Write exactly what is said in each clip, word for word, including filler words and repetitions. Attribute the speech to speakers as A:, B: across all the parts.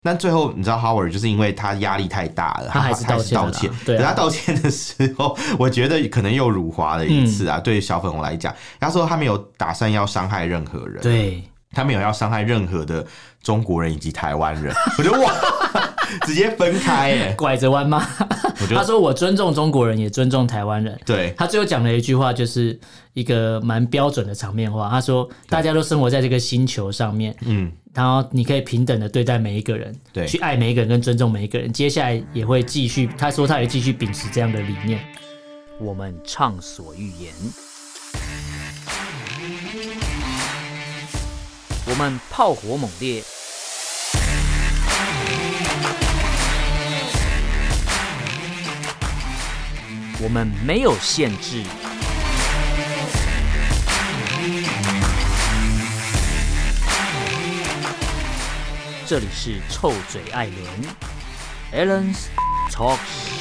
A: 但最后你知道 Howard 就是因为他压力太大了，
B: 他还是道歉了啦，
A: 道歉。
B: 对啊，
A: 可他道歉的时候，我觉得可能又辱华了一次啊。嗯、对小粉红来讲，他说他没有打算要伤害任何人，
B: 对，
A: 他没有要伤害任何的中国人以及台湾人。我觉得哇，直接分开耶，
B: 拐着弯吗？他说我尊重中国人，也尊重台湾人。
A: 对，
B: 他最后讲了一句话，就是一个蛮标准的场面话。他说大家都生活在这个星球上面，嗯。然后你可以平等的对待每一个人，
A: 对，
B: 去爱每一个人跟尊重每一个人。接下来也会继续，他说他也继续秉持这样的理念。我们畅所欲言，我们炮火猛烈，我们没有限制。这里是臭嘴艾伦 Alan's Talk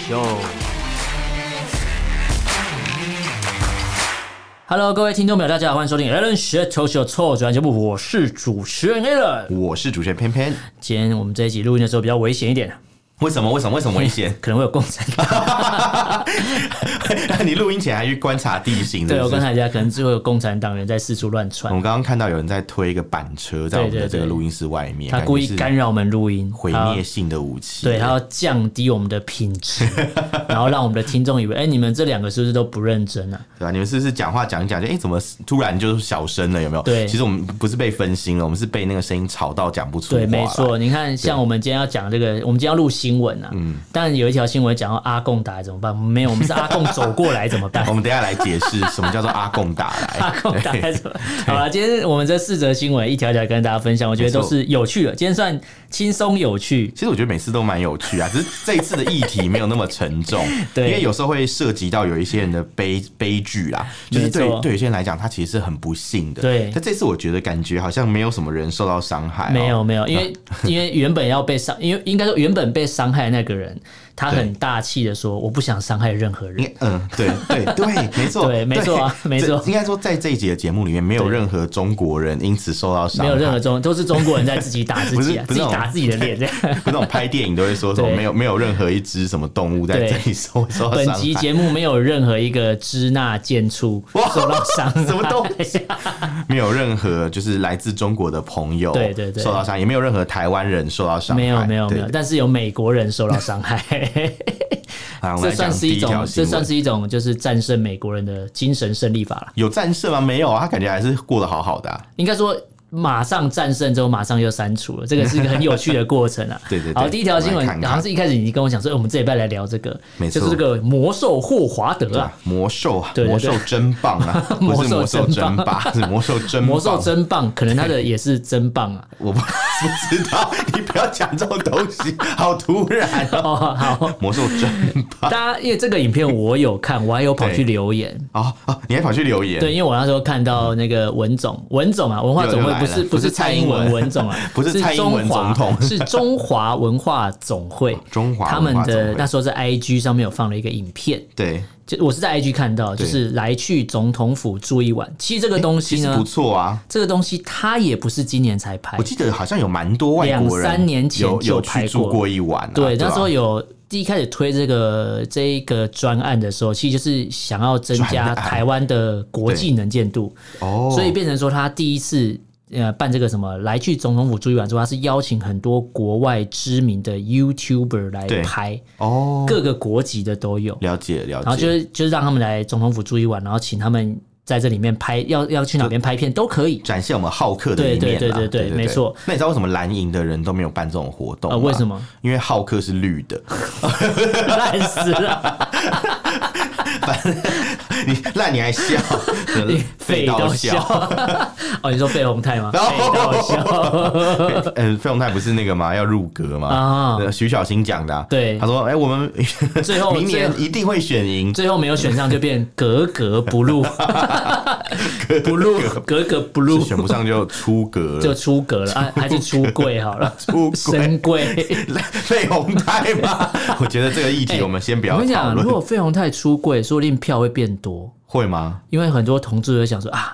B: Show。Hello， 各位听众朋友，大家好，欢迎收听 Alan's Talk Show 臭嘴节目，我是主持人 Alan，
A: 我是主持人偏偏。
B: 今天我们这一集录音的时候比较危险一点。
A: 为什么？为什么？为什么危险？
B: 可能会有共产党。
A: 你录音前还去观察地形是不是？
B: 对，我观察一下，可能就会有共产党员在四处乱窜。
A: 我们刚刚看到有人在推一个板车在我们的这个录音室外面，
B: 他故意干扰我们录音，
A: 毁灭性的武器。
B: 对，他要降低我们的品质，然后让我们的听众以为，哎、欸，你们这两个是不是都不认真啊？
A: 对啊，你们是不是讲话讲一讲就，哎、欸，怎么突然就小声了？有没有？
B: 对，
A: 其实我们不是被分心了，我们是被那个声音吵到讲不出话来。
B: 对，没错。你看，像我们今天要讲这个，我们今天要录新闻啊，嗯。但有一条新闻讲到阿共打来怎么办？没有，我们是阿共走过来怎么办？
A: 我们等一下来解释什么叫做阿共打来。
B: 阿共打来怎么办？好了，今天我们这四则新闻一条条跟大家分享，我觉得都是有趣的。今天算轻松有趣。
A: 其实我觉得每次都蛮有趣啊，只是这一次的议题没有那么沉重。对，因为有时候会涉及到有一些人的悲悲剧啦，就是对对有些人来讲，他其实是很不幸的。
B: 对，
A: 但这次我觉得感觉好像没有什么人受到伤害、喔。
B: 没有没有，因为因为原本要被伤，因为应该说原本被伤害的那个人。他很大气的说：“我不想伤害任何人。”
A: 嗯，对对对，没错，
B: 对，没错啊，没错。
A: 应该说，在这一集的节目里面，没有任何中国人因此受到伤害，
B: 没有任何中，都是中国人在自己打自己啊，自己打自己的脸这样。
A: 不是那种拍电影都会说什么没有没有任何一只什么动物在这里受受到伤害。
B: 本集节目没有任何一个支那贱畜受到伤害，
A: 什么东西？没有任何就是来自中国的朋友对对对受到伤害，也没有任何台湾人受到伤害，
B: 没有没有没有，但是有美国人受到伤害。这算是一种，这算是一种就是战胜美国人的精神胜利法了。
A: 有战胜吗？没有啊，他感觉还是过得好好的、啊。
B: 应该说。马上战胜之后，马上又删除了，这个是一个很有趣的过程啊。
A: 对对对。
B: 好，第一条新闻好像是一开始你跟我讲说，欸、我们这礼拜来聊这个，就是这个魔兽霍华德啊，
A: 魔兽啊，魔兽真棒啊，不是魔兽争霸，是魔兽真棒。
B: 魔兽真棒，可能他的也是真棒啊，
A: 我不不知道，你不要讲这种东西，好突然哦。好，魔兽真棒。
B: 大家因为这个影片我有看，我还有跑去留言
A: 哦哦，你还跑去留言？
B: 对，因为我那时候看到那个文总，文总啊，文化总会。不是不是蔡英文文总啊，
A: 不是蔡英文总统，
B: 是中华文化总会。
A: 中华
B: 他们的那时候在 I G 上面有放了一个影片，
A: 对，
B: 就我是在 I G 看到，就是来去总统府住一晚。其实这个东西呢，
A: 不错啊。
B: 这个东西它也不是今年才拍，
A: 我记得好像有蛮多外国人
B: 两三年前就拍过，
A: 有去住过一晚、啊。
B: 对，那时候有。第一开始推这个这一个专案的时候，其实就是想要增加台湾的国际能见度，哦，所以变成说他第一次。呃，办这个什么来去总统府住一晚之后，他是邀请很多国外知名的 YouTuber 来拍，哦，各个国籍的都有，
A: 了解了解。
B: 然后就是就是让他们来总统府住一晚，然后请他们在这里面拍，要要去哪边拍片都可以，
A: 展现我们好客的一面。
B: 对对对对对，没错。
A: 那你知道为什么蓝营的人都没有办这种活动吗？
B: 呃、为什么？
A: 因为好客是绿的，
B: 烂死了。
A: 反正你烂你还笑，
B: 废到笑哦！你说费鸿泰吗？废到笑。
A: 呃，费鸿泰不是那个吗？要入阁吗？啊，徐小新讲的、啊。对，他说：“哎、欸，我们最后明年一定会选赢。”
B: 最后没有选上就变格格不入，不入格格不入，
A: 选不上就出阁了，
B: 就出阁了啊，还是出柜好了，
A: 出
B: 神柜
A: 费鸿泰嘛？我觉得这个议题我们先不要讨论。
B: 我跟你讲，如果费鸿泰出柜，说不定票会变多，
A: 会吗？
B: 因为很多同志会想说啊。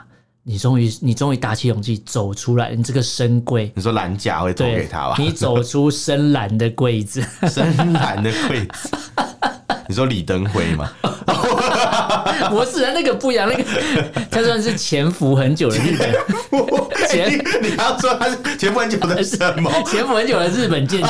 B: 你终于你终于打起勇气走出来，你这个深柜，
A: 你说蓝甲会投给他吧？
B: 你走出深蓝的柜子，
A: 深蓝的柜子。你说李登辉吗？
B: 不是啊，那个不一样，那个他算是潜伏很久的日本。
A: 潜你你还要说他是潜伏很久的什么？
B: 潜伏很久的日本间谍。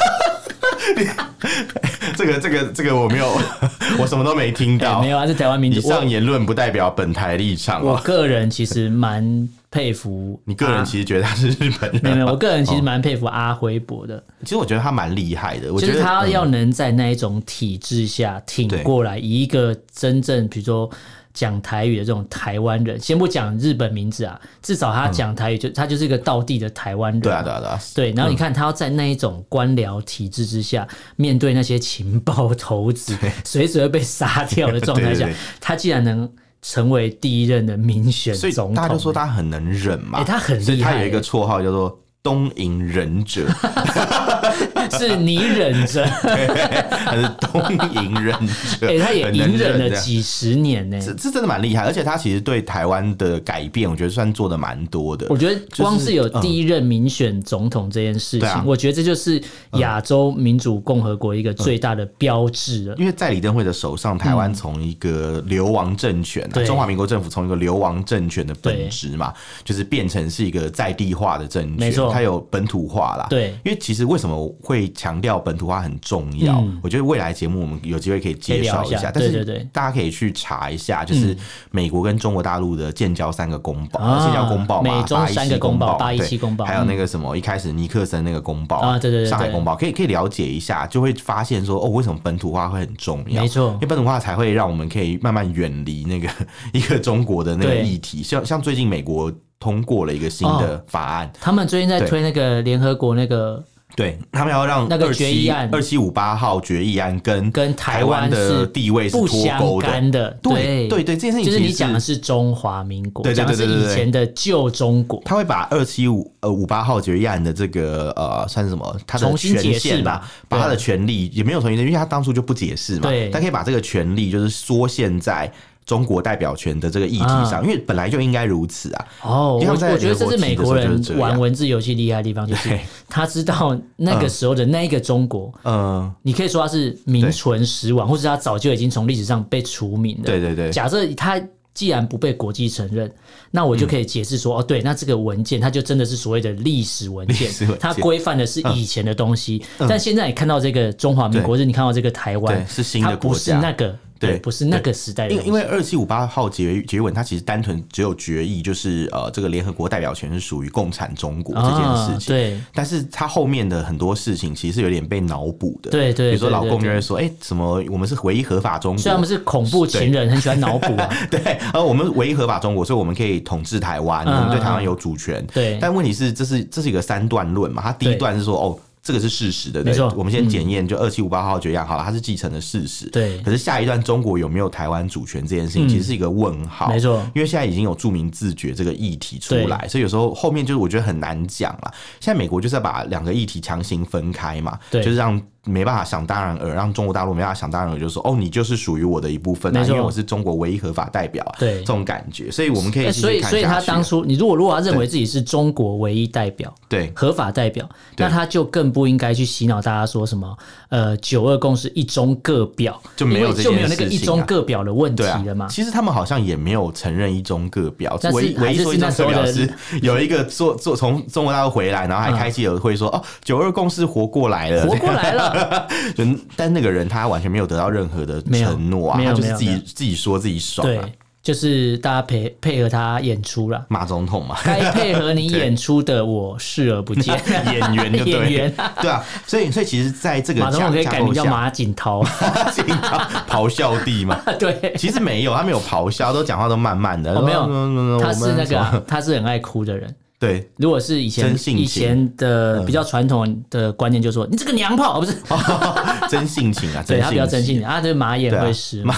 A: 这个这个这个我没有，我什么都没听到。
B: 欸、没有啊，是台湾民主。
A: 以上言论不代表本台立场、啊。
B: 我个人其实蛮佩服。
A: 你个人其实觉得他是日本人、啊？
B: 没有没有，我个人其实蛮佩服阿辉伯的。
A: 其实我觉得他蛮厉害的，我觉得
B: 就是他要能在那一种体制下挺过来，以一个真正比如说。讲台语的这种台湾人，先不讲日本名字啊，至少他讲台语就、嗯、他就是一个道地的台湾人。
A: 对啊，对啊，对啊。
B: 对，然后你看他要在那一种官僚体制之下，面对那些情报头子，随时会被杀掉的状态下，对对对，他既然能成为第一任的民选总统，
A: 所以大家就说他很能忍嘛。
B: 欸、他很厉害，
A: 所以他有一个绰号叫做东瀛忍者。
B: 是你忍着，
A: 他是东瀛忍者，
B: 哎、欸，他也隐忍了几十年呢、欸，
A: 这这真的蛮厉害，而且他其实对台湾的改变，我觉得算做的蛮多的。
B: 我觉得光是有第一任民选总统这件事情，就是嗯、我觉得这就是亚洲民主共和国一个最大的标志了。
A: 因为在李登辉的手上，台湾从一个流亡政权、啊嗯，中华民国政府从一个流亡政权的本质嘛，就是变成是一个在地化的政权，它有本土化啦。
B: 对，
A: 因为其实为什么会强调本土化很重要、嗯？我觉得未来节目我们有机会可以介绍一下，但是大家可以去查一下，就是美国跟中国大陆的建交三个公报，嗯、建交公报嘛，
B: 美中三个公报，八一七公报，
A: 还有那个什么一开始尼克森那个公报
B: 啊，对对对，
A: 上海公报，可以可以了解一下，就会发现说哦，为什么本土化会很重要？
B: 没错，
A: 因为本土化才会让我们可以慢慢远离那个一个中国的那个议题，像像最近美国通过了一个新的法案，哦、
B: 他们最近在推那个联合国那个。
A: 对，他们要让
B: 那个决议案
A: 二七五八号决议案跟
B: 跟台湾
A: 的地位是脱钩的，
B: 的
A: 对对对，这件事情
B: 就是你讲的是中华民国，
A: 讲的
B: 是以前的旧中国。
A: 他会把二七五呃五八号决议案的这个呃算是什么？他的权限吧，把他的权利也没有重新，因为他当初就不解释嘛，对，他可以把这个权利就是缩限在。中国代表权的这个议题上、啊，因为本来就应该如此啊。
B: 哦，我我觉得这是美国人玩文字游戏厉害的地方，就是他知道那个时候的那一个中国，嗯，你可以说他是名存实亡，或者他早就已经从历史上被除名了。
A: 对对对，
B: 假设他既然不被国际承认，那我就可以解释说、嗯，哦，对，那这个文件它就真的是所谓的历史文件，它规范的是以前的东西。嗯、但现在你看到这个中华民国，日你看到这个台湾，
A: 是新的国家，
B: 它不是那个。对，不是那个时代的。
A: 因因为二七五八号决决议文，它其实单纯只有决议，就是呃，这个联合国代表权是属于共产中国这件事情。啊、对，但是它后面的很多事情其实是有点被脑补的。
B: 对 对, 对，
A: 比如说老共就会说，哎、欸，什么我们是唯一合法中国，
B: 虽然我们是恐怖情人，很喜欢脑补啊。
A: 对，而我们唯一合法中国，所以我们可以统治台湾，嗯、我们对台湾有主权。对，但问题是，这是这是一个三段论嘛？它第一段是说，哦。这个是事实的，对不对？我们先检验，就二七五八号决议案好了，它是继承的事实。对。可是下一段中国有没有台湾主权这件事情，其实是一个问号。没错。因为现在已经有著名自决这个议题出来，所以有时候后面就是我觉得很难讲啦。现在美国就是要把两个议题强行分开嘛，就是让。没办法想当然尔，让中国大陆没办法想当然尔，就是说哦，你就是属于我的一部分、啊，因为我是中国唯一合法代表、啊，对这种感觉，所以我们可以继续看下去、啊欸、所以，所以他当初，你如果如果他认为自己是中国唯一代表，对合法代表，那他就更不应该去洗脑大家说什么呃九二共识一中各表，就没有这件事情、啊、就没有那个一中各表的问题了嘛、啊？其实他们好像也没有承认一中各表，唯唯一说一中各表是有一个做做从中国大陆回来，然后还开记者会说、嗯、哦九二共识活过来了，
B: 活过来了。
A: 就但那个人他完全没有得到任何的承诺啊，他就是自己自己说自己爽、啊，
B: 对，就是大家配配合他演出啦，
A: 马总统嘛，
B: 该配合你演出的我视而不见，
A: 演员就对演员，对啊，所以所以其实在这个
B: 马总统可以改名叫马景涛，
A: 马景涛咆哮帝嘛，
B: 对，
A: 其实没有，他没有咆哮，都讲话都慢慢的，
B: 哦、没有，他是那个、啊、他是很爱哭的人。
A: 对，
B: 如果是以前以前的比较传统的观念，就是说、嗯、你这个娘炮，不是、
A: 哦、真性情啊，
B: 对他比较真性情啊，对马眼会湿，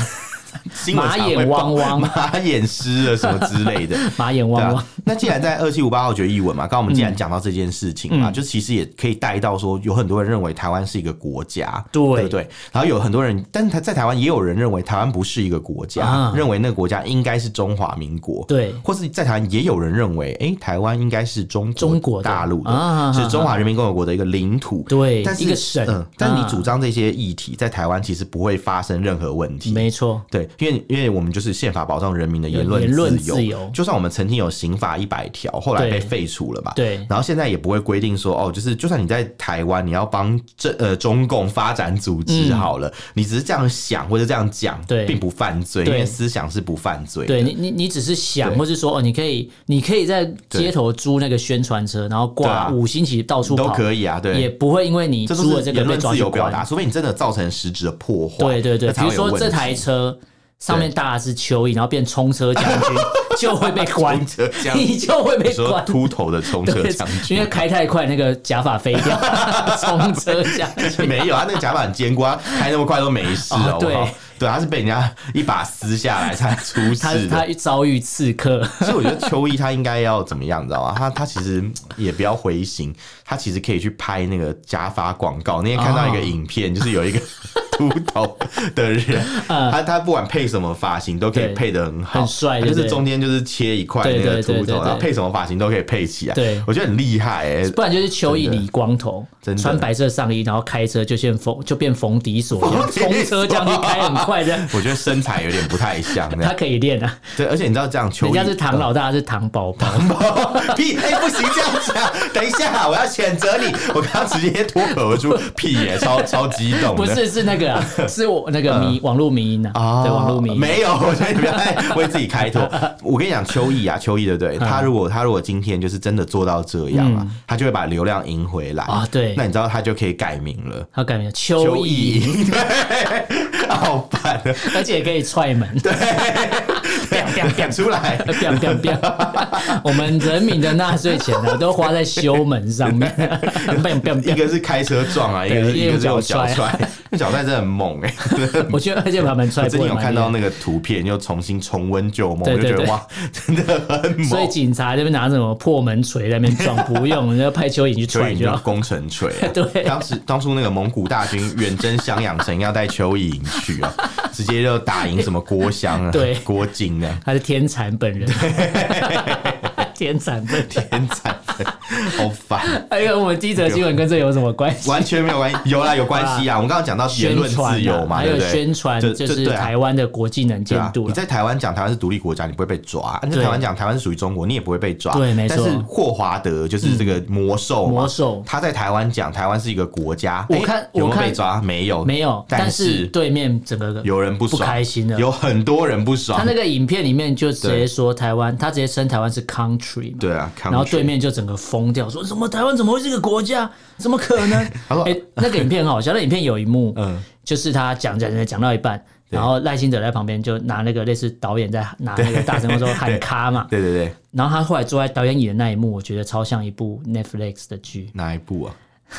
B: 马眼汪汪，
A: 马眼湿了什么之类的，
B: 马眼汪汪。
A: 那既然在二七五八号决议文嘛，刚刚我们既然讲到这件事情嘛，嗯、就其实也可以带到说，有很多人认为台湾是一个国家，对, 对不对？然后有很多人，但是在台湾也有人认为台湾不是一个国家，啊、认为那个国家应该是中华民国，对，或是在台湾也有人认为，哎，台湾应该是中
B: 中国
A: 大陆的，啊、是中华人民共和国的一个领土，
B: 对，
A: 但是
B: 一个省。
A: 嗯，但你主张这些议题在台湾其实不会发生任何问题，
B: 没错，
A: 对，因为因为我们就是宪法保障人民的言论自由，自由就算我们曾经有刑法一百条，后来被废除了嘛，对，然后现在也不会规定说哦，就是就算你在台湾，你要帮这呃中共发展组织好了，嗯、你只是这样想或者这样讲，并不犯罪，因为思想是不犯罪的。
B: 对你你你只是想，或是说哦，你可以你可以在街头租那个宣传车，然后挂五星旗到处跑
A: 都可以啊，对，
B: 也不会因为你租了这个被抓去关，
A: 除非你真的造成实质的破坏。
B: 对对对，比如说这台车。上面大的是邱毅，然后变冲车将军，就会被关，你就会被关。
A: 秃头的冲车将军，
B: 因为开太快，那个假发飞掉。冲车将军
A: 没有，他那个假发很坚固，开那么快都没事哦。对。对，他是被人家一把撕下来才出事的。
B: 他他遭遇刺客，
A: 所以我觉得邱毅他应该要怎么样，你知道吗？他他其实也不要灰心，他其实可以去拍那个假发广告。那天看到一个影片，哦、就是有一个秃头的人，嗯、他他不管配什么发型都可以配得很好，
B: 很帅，
A: 就是中间就是切一块那个秃头，然后配什么发型都可以配起来。对，我觉得很厉害哎、欸。
B: 不然就是邱毅理光头，穿白色上衣，然后开车就变冯就变冯迪所，冲车这样去开很快。
A: 我觉得身材有点不太像，
B: 他可以练啊。
A: 对，而且你知道这样，人
B: 家是唐老大，是唐宝宝。
A: 屁，哎、欸，不行这样讲。等一下，我要谴责你。我刚刚直接脱口而出屁耶，超超激动的。
B: 不是，是那个、啊，是我那个迷、嗯、网络迷音啊。对，网络迷音。
A: 没有，我觉得你不要再为自己开脱。我跟你讲，邱毅啊，邱毅对不对？他如果他如果今天就是真的做到这样啊，嗯、他就会把流量赢回来啊。对，那你知道他就可以改名了。
B: 他改名邱毅。
A: 对。好烦的，
B: 而且也可以踹门，对，
A: 讲出来，
B: 我们人民的纳税钱呢，都花在修门上面，
A: 一个是开车撞啊，一个是一个是用脚踹，那脚踹真的很猛哎、
B: 欸，我觉得而且把门踹破。
A: 最近有看到那个图片，又重新重温旧梦，我就觉得哇，真的很猛。
B: 所以警察这边拿什么破门锤在那边撞，不用，人家派蚯蚓去踹就好。
A: 工程锤、啊，对，当时当初那个蒙古大军远征襄阳城，要带蚯蚓去啊，直接就打赢什么郭襄啊，对，郭靖啊，
B: 他是天蚕本人，天蚕本，
A: 天蚕本，好烦。
B: 哎呦，我们第一则新闻跟这有什么关系？
A: 完全没有关系，有啦，有关系啊。我们刚刚讲到言论自由嘛，
B: 还有宣传，就是台湾的国际能见度。
A: 你在台湾讲台湾是独立国家，你不会被抓；你在台湾讲台湾是属于中国，你也不会被抓。
B: 对，没错。
A: 但是霍华德就是这个魔兽，
B: 魔兽，
A: 他在台湾讲台湾是一个国家，
B: 我看
A: 有没有被抓？没有，
B: 没有。但是对面整个
A: 有人不
B: 不开心的，
A: 有很多人不爽。
B: 他那个影片里面就直接说台湾，他直接称台湾是 country 嘛，
A: 对啊，
B: 然后对面就整个疯掉，说什么台湾怎么会是个国家？怎么可能？哎、欸，那个影片很好笑，那影片有一幕，嗯，就是他讲讲讲讲到一半，然后赖清德在旁边就拿那个类似导演在拿那个大声公说喊卡嘛，
A: 对对对。
B: 然后他后来坐在导演椅的那一幕，我觉得超像一部 Netflix 的剧。
A: 哪一部啊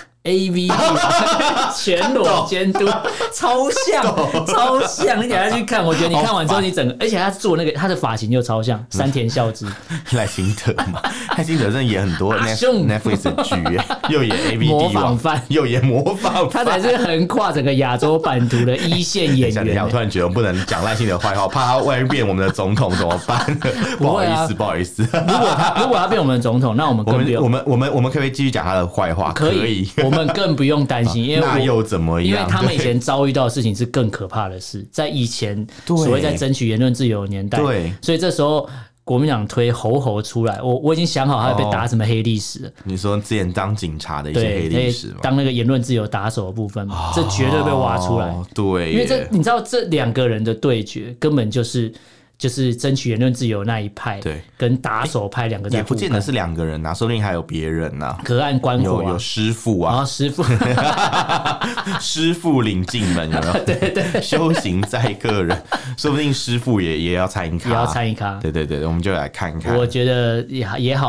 B: ？A V 全裸监督，超像，超像！你等下去看，我觉得你看完之后，你整个，而且他做那个他的发型又超像山田孝之，
A: 赖清德嘛，赖清德真的演很多 Netflix 的剧，又演 A V
B: 模仿犯，
A: 又演模仿
B: 犯，他才是横跨整个亚洲版图的一线演员。
A: 我突然觉得我们不能讲赖清德坏话，怕他万一变我们的总统怎么办？不好意思，不好意思。
B: 如果他如果他变我们的总统，那我们更不用。
A: 我们我们我们可不可以继续讲他的坏话？
B: 可以，我们更不用担心，因为
A: 那又怎么样？
B: 因为他们以前遭遇到的事情是更可怕的事，在以前所谓在争取言论自由的年代，对，所以这时候国民党推侯侯出来，我我已经想好他会被打什么黑历史了。
A: 你说之前当警察的一些黑历史吗？
B: 当那个言论自由打手的部分嘛，这绝对被挖出来。
A: 对，
B: 因为这你知道这两个人的对决根本就是。就是争取言论自由那一派，对，跟打手派两个在
A: 也不见得是两个人呐、啊，说不定还有别人呐、啊。
B: 隔岸观火、啊，
A: 有有师傅啊，
B: 啊师傅，
A: 师傅领进门有没有？
B: 对对，
A: 修行在个人，说不定师傅也也要参与咖，
B: 也要参与咖。
A: 对对对，我们就来看看。
B: 我觉得也也好啦。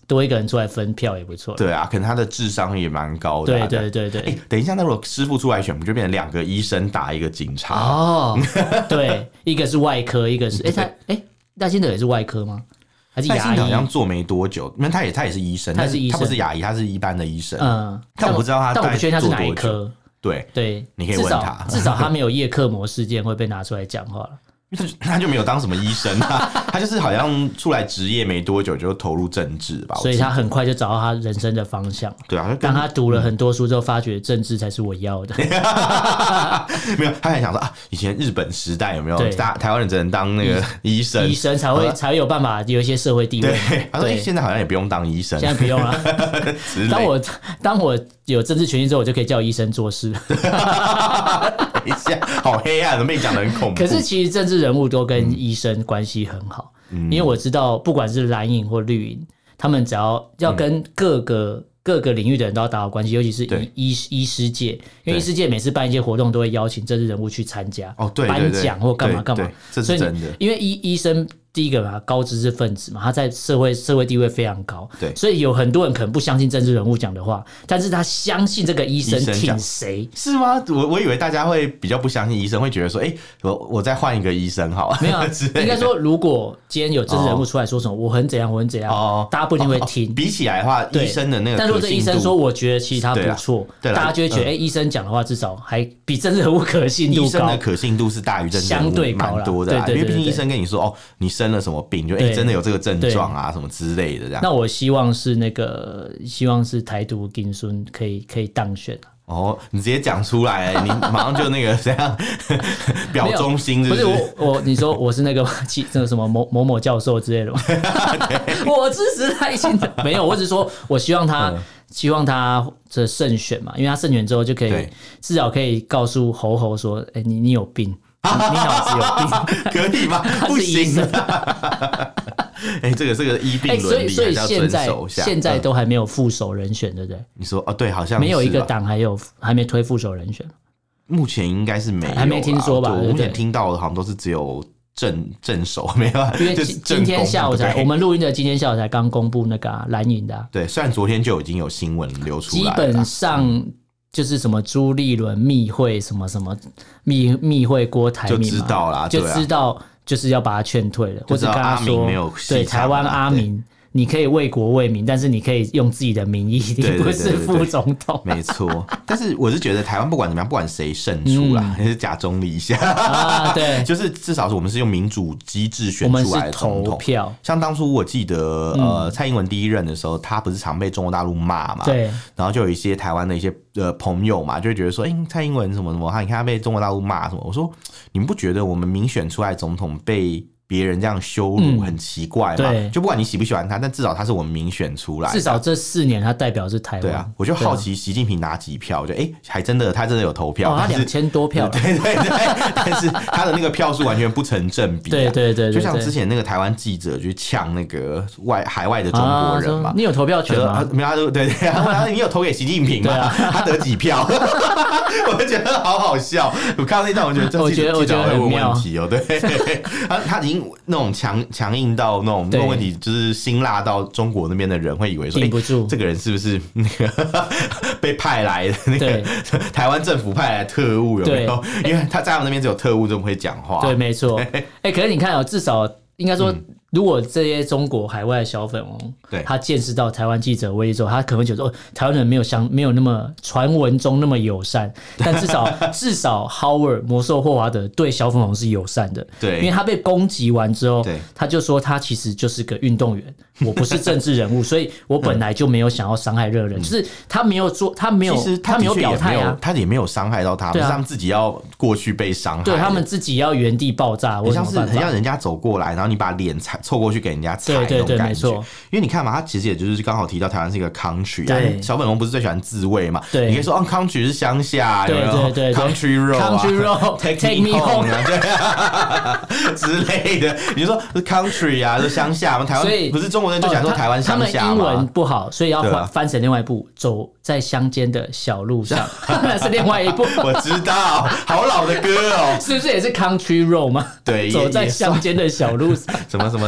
B: 多一个人出来分票也不错。
A: 对啊，可能他的智商也蛮高的、
B: 啊。对对对对。
A: 哎、欸，等一下，那如果师傅出来选，不就变成两个医生打一个警察？
B: 哦，对，一个是外科，一个是哎、欸、他哎、欸、赖清德也是外科吗？还是牙医？
A: 赖清德好像做没多久，因为他也他也是医生，
B: 他是医生，
A: 他不是牙医，他是一般的医生。
B: 嗯，
A: 但我不知道他，
B: 但我不确定他是哪一科。
A: 对
B: 对，
A: 你可以问他，
B: 至少至少他没有叶克膜事件会被拿出来讲话了。
A: 他就他就没有当什么医生啊，他就是好像出来职业没多久就投入政治吧，
B: 所以他很快就找到他人生的方向。
A: 对啊，
B: 当他读了很多书之后，发觉政治才是我要的。
A: 没有，他还想说啊，以前日本时代有没有大台湾人只能当那个医生，
B: 医生才会才会有办法有一些社会地位。
A: 对，他说现在好像也不用当医生，
B: 现在不用了。当我当我有政治权利之后，我就可以叫医生做事。
A: 等一下，好黑暗，被你讲得很恐怖。
B: 可是其实政治人物都跟医生关系很好，嗯、因为我知道，不管是蓝营或绿营，他们只要要跟各个、嗯、各个领域的人都要打好关系，尤其是医医师界，因为医师界每次办一些活动，都会邀请政治人物去参加，
A: 哦，对，
B: 颁奖或干嘛干嘛。
A: 这是真的，
B: 因为医医生。第一个嘛，高知识分子嘛，他在社会社会地位非常高，对，所以有很多人可能不相信政治人物讲的话，但是他相信这个医生挺谁，
A: 是吗？我我以为大家会比较不相信医生，会觉得说，哎、欸，我我再换一个医生好了，
B: 没有、啊，应该说，如果今天有政治人物出来说什么，哦、我很怎样，我很怎样，哦、大家不一定会听。
A: 哦、比起来的话，医生的那个，
B: 但如果这医生说，我觉得其实他不错，大家就会觉得，哎、嗯欸，医生讲的话至少还比政治人物可信度高，医生
A: 的可信度是大于政治人物蛮多的，因为毕竟医生跟你说，哦，你生了什么病就。欸、真的有这个症状啊，什么之类的这样。
B: 那我希望是那个，希望是台独金孙可以可以当选。
A: 哦，你直接讲出来，你马上就那个这样表忠心是不是？
B: 不是我我你说我是那个那个什么某某某教授之类的吗？我支持赖清德，没有，我只是说我希望他、嗯、希望他这胜选嘛，因为他胜选之后就可以至少可以告诉侯侯说，哎、欸，你你有病。你脑子有
A: 病，可以吗？不行哎、欸，这个这个医病伦理还是要遵守一下。
B: 现在都还没有副手人选，对不对？
A: 你说哦，对，好像是
B: 没有一个党还有还没推副手人选。
A: 目前应该是没有，
B: 还没听说吧？
A: 我目前听到的好像都是只有正正手，没有。
B: 因为今天下午才，我们录音的今天下午才刚公布那个蓝营的、啊。
A: 对，虽然昨天就已经有新闻流出来了，
B: 基本上。嗯就是什么朱立伦密会什么什么密密会郭台铭嘛，
A: 就知道啦，
B: 就知道就是要把他劝退了，或者跟他说，对台湾阿明，你可以为国为民，但是你可以用自己的名义，你不是副总统。
A: 没错，但是我是觉得台湾不管怎么样，不管谁胜出啦，还、嗯、是假中立一下
B: 啊，对，
A: 就是至少是我们是用民主机制选出来的总统。
B: 票
A: 像当初我记得，呃，蔡英文第一任的时候，他不是常被中国大陆骂嘛，
B: 对，
A: 然后就有一些台湾的一些。呃，朋友嘛，就会觉得说，哎、欸，蔡英文什么什么，他你看他被中国大陆骂什么？我说，你们不觉得我们民选出来总统被别人这样羞辱很奇怪吗？
B: 嗯、
A: 就不管你喜不喜欢他，但至少他是我们民选出来的，
B: 至少这四年他代表是台湾。
A: 对啊，我就好奇习近平拿几票，就哎、欸，还真的他真的有投票，
B: 哦、他两千多票，
A: 对对 对, 對，但是他的那个票数完全不成正比、啊。
B: 对, 对, 对对对，
A: 就像之前那个台湾记者去呛那个外海外的中国人嘛，啊、
B: 你有投票权吗？
A: 没有，他说对对，然后你有投给习近平吗？啊、他得几票？我就觉得好好笑。我看到那段，我觉得这记者记者会问问题哦、喔，对，他他已经那种强强硬到那种那种问题，就是辛辣到中国那边的人会以为说，
B: 顶不住、欸、
A: 这个人是不是那个被派来的那个台湾政府派来的特务有没有？因为他在他们那边只有特务这么会讲话。
B: 对，没错。哎、欸，可是你看哦、喔，至少应该说。嗯，如果这些中国海外的小粉红，对他见识到台湾记者威力之后，他可能会觉得哦，台湾人没有像没有那么传闻中那么友善，但至少至少 Howard 魔兽霍华德对小粉红是友善的，对，因为他被攻击完之后，他就说他其实就是个运动员，我不是政治人物，所以我本来就没有想要伤害任何人，嗯、就是他没有做，他没有，
A: 其实他
B: 没有表态啊，
A: 他也没有伤害到他，对啊，是他们自己要过去被伤害，
B: 对他们自己要原地爆炸，
A: 很像是很像人家走过来，然后你把脸踩。凑过去给人家踩那种感觉，因为你看嘛，他其实也就是刚好提到台湾是一个 country， 对，小粉红不是最喜欢自卫嘛？对，你可以说哦 ，country 是乡下，有没有？对对对 ，country road，country
B: road，take me home
A: 之类的。你就说是 country 啊，是乡下嘛？台湾不是中国人就想说台湾乡下嘛？
B: 他们英文不好，所以要翻翻成另外一部，走在乡间的小路上，那是另外一部。
A: 我知道，好老的歌哦，
B: 是不是也是 country road 吗？
A: 对，
B: 走在乡间的小路上，
A: 什么什么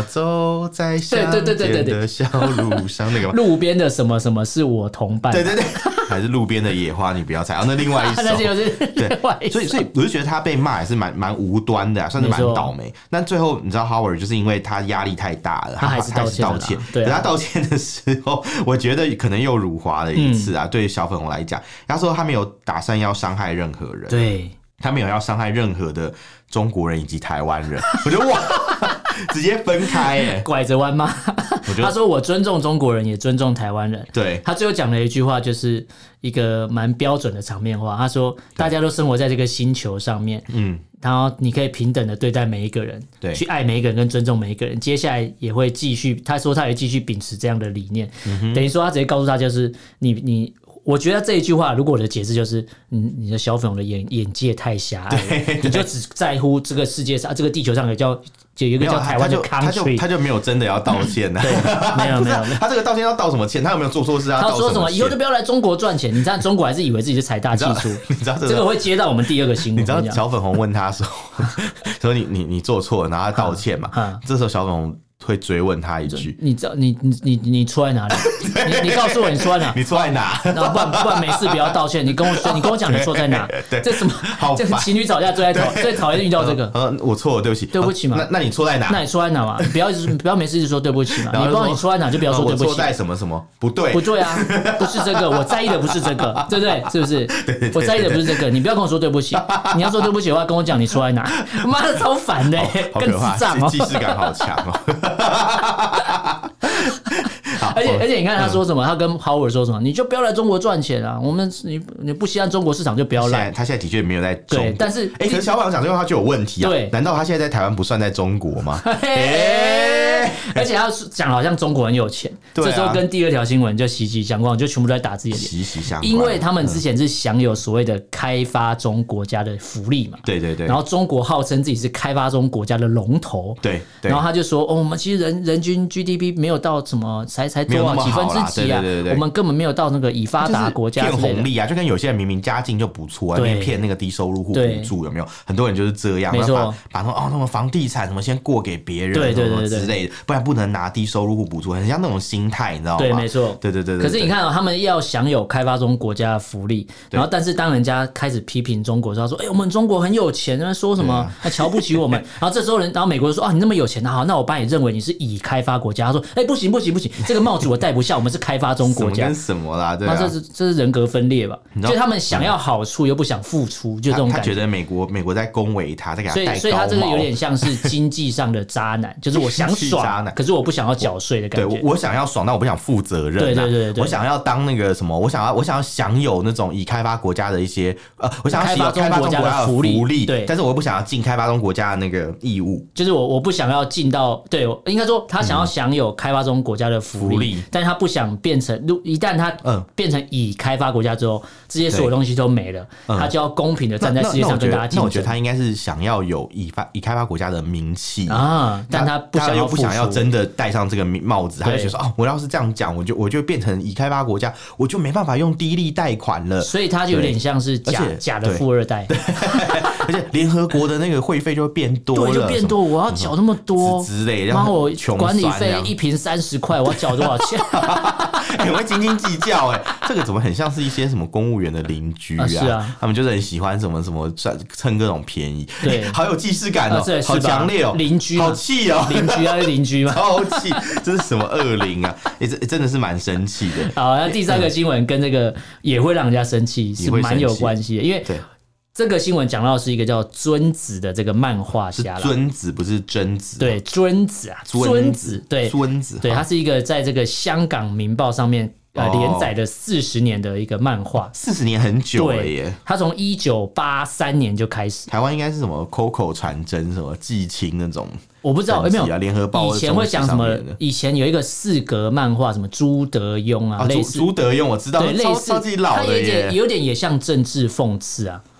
A: 走在乡间的小路上，那个
B: 路边的什么什么是我同伴，
A: 对对对，还是路边的野花你不要采，哦，那另外一首，
B: 那就是另外一首。
A: 所以所以我就觉得他被骂也是蛮蛮无端的、啊，算是蛮倒霉。但最后你知道 Howard 就是因为他压力太大了，
B: 他还是道歉
A: 道歉。
B: 对、啊，
A: 他道歉的时候，我觉得可能又辱华了一次啊。嗯、对小粉红来讲，他说他没有打算要伤害任何人，
B: 对，
A: 他没有要伤害任何的中国人以及台湾人。我觉得哇，直接分开耶，
B: 拐着弯吗？他说我尊重中国人，也尊重台湾人。
A: 对，
B: 他最后讲了一句话，就是一个蛮标准的场面话。他说大家都生活在这个星球上面，嗯，然后你可以平等的对待每一个人，对，去爱每一个人跟尊重每一个人。接下来也会继续，他说他也继续秉持这样的理念。嗯、等于说他直接告诉他，就是你你。我觉得这一句话，如果我的解释就是，嗯，你的小粉红的眼眼界太狭隘了，你就只在乎这个世界上、这个地球上有叫就有一个叫台湾的 country，
A: 他就他就他就没有真的要道歉呢、啊。
B: 对，没有没有，
A: 他这个道歉要道什么歉？他有没有做错事啊？
B: 他说什么以后就不要来中国赚钱？你知道中国还是以为自己是财大气粗？
A: 你知道这个、
B: 这个会接到我们第二个新闻。
A: 你知道小粉红问他说，说你你你做错了，然后他道歉嘛？这时候小粉红会追问他一句：“
B: 你知道你你你你出在哪里？你你告诉我你出在哪？
A: 你出在哪？
B: 然后不然不然没事不要道歉，你跟我说，你跟我讲你错在哪？对，这什么？这情侣吵架最爱讨最讨厌遇到这个。
A: 呃，我错了，对不起，
B: 对不起嘛。
A: 那那你错在哪？
B: 那你错在哪嘛？你不要你不要没事就说对不起嘛。你不知道你错在哪就不要说对不起。
A: 我错在什么什么不对
B: 不对啊？不是这个，我在意的不是这个，对不对？是不是？我在意的不是这个，你不要跟我说对不起。你要说对不起的话，跟我讲你错在哪。妈的，超烦的，跟智障哦，
A: 既视感好强哦。
B: 而且而且你看他说什么，他跟 Howard 说什么，你就不要来中国赚钱啊！我们你你不稀罕中国市场就不要来。
A: 他现在的确没有在中国，
B: 对，但是
A: 哎、欸，可是小宝讲这句话就有问题啊！对，难道他现在在台湾不算在中国吗？欸、
B: 而且他讲好像中国很有钱，这时候跟第二条新闻就息息相关，就全部都在打自己的脸，
A: 息息相关。
B: 因为他们之前是享有所谓的开发中国家的福利嘛，
A: 对对对。
B: 然后中国号称自己是开发中国家的龙头，
A: 对对。
B: 然后他就说，哦，我们其实人人均 G D P 没有到什么才才多少几分之几啊，对对对对，我们根本没有到那个已发达国家
A: 骗红利啊，就跟有些人明明家境就不错啊，因为骗那个低收入户补助，有没有？很多人就是这样，
B: 没错，
A: 把把那哦那种房地产什么先过给别人，
B: 对对对
A: 之类的，不然不能拿低收入户补助，很像那种心态，你知道吗？
B: 对，没错，
A: 对对对对。
B: 可是你看哦，他们要享有开发中国家的福利，然后但是当人家开始批评中国，说说哎，我们中国很有钱，说什么还瞧不起我们，然后这时候人，然后美国就说啊，你那么有钱，好，那我把你认为你是已开发国家，他说哎，不行不行不行，这个帽子我戴不下，我们是开发中国家，
A: 什么跟什么啦？对啊，
B: 这是这是人格分裂吧？就他们想要好处又不想付出，就这种感觉。
A: 他觉得美国美国在恭维他，在给他戴高帽，
B: 所以所以他这个有点像是经济上的渣男，就是我想爽，可是我不想要缴税的感觉。
A: 对，我想要爽，但我不想负责任。
B: 对对对对，
A: 我想要当那个什么，我想要我想要享有那种已开发国家的一些呃，我想要享有开发中国家的福利，对，但是我又不想要尽开发中国家的那个义务，
B: 就是我我不想要尽到，对，应该说他想要享有开发中国家的福利，福利但是他不想变成，一旦他变成已开发国家之后，这些所有东西都没了，他就要公平的站在世界上跟大家竞争。
A: 那我觉得他应该是想要有已发已开发国家的名气
B: 啊，但他不想要
A: 不想要真的戴上这个帽子，他就觉得说哦，我要是这样讲，我就我就变成已开发国家，我就没办法用低利贷款了，
B: 所以他就有点像是假假的富二代，
A: 而且联合国的那个会费就会变多了，
B: 对，就变多，我要缴那么多
A: 之类，
B: 然后我管理费一瓶三十块，我要缴多少钱？
A: 很会斤斤计较哎，这个怎么很像是一些什么公务员的邻居啊？
B: 是啊，
A: 他们就是很喜欢什么什么蹭各种便宜，
B: 对，
A: 好有既视感哦，好强烈哦，
B: 邻居
A: 好气哦，
B: 邻居啊，邻居嘛，
A: 超气，这是什么恶灵啊？哎，这真的是蛮生气的。
B: 好，那第三个新闻跟这个也会让人家生气，是蛮有关系的，因为这个新闻讲到的是一个叫尊子的这个漫画家，
A: 尊子不是贞子，
B: 对，尊子啊，尊子，对，
A: 尊子，
B: 对，他是一个在这个香港《明报》上面。呃，连载了四十年的一个漫画，
A: 四十年很久了耶。
B: 他从一九八三年就开始。
A: 台湾应该是什么 Coco 传真、什么季青那种，
B: 我不知道有没有。
A: 联合报
B: 以前会讲什么？以前有一个四格漫画，什么朱德庸啊，类似
A: 朱德庸，我知道，
B: 对，类似
A: 超级老的耶，
B: 他也有点也像政治讽刺啊。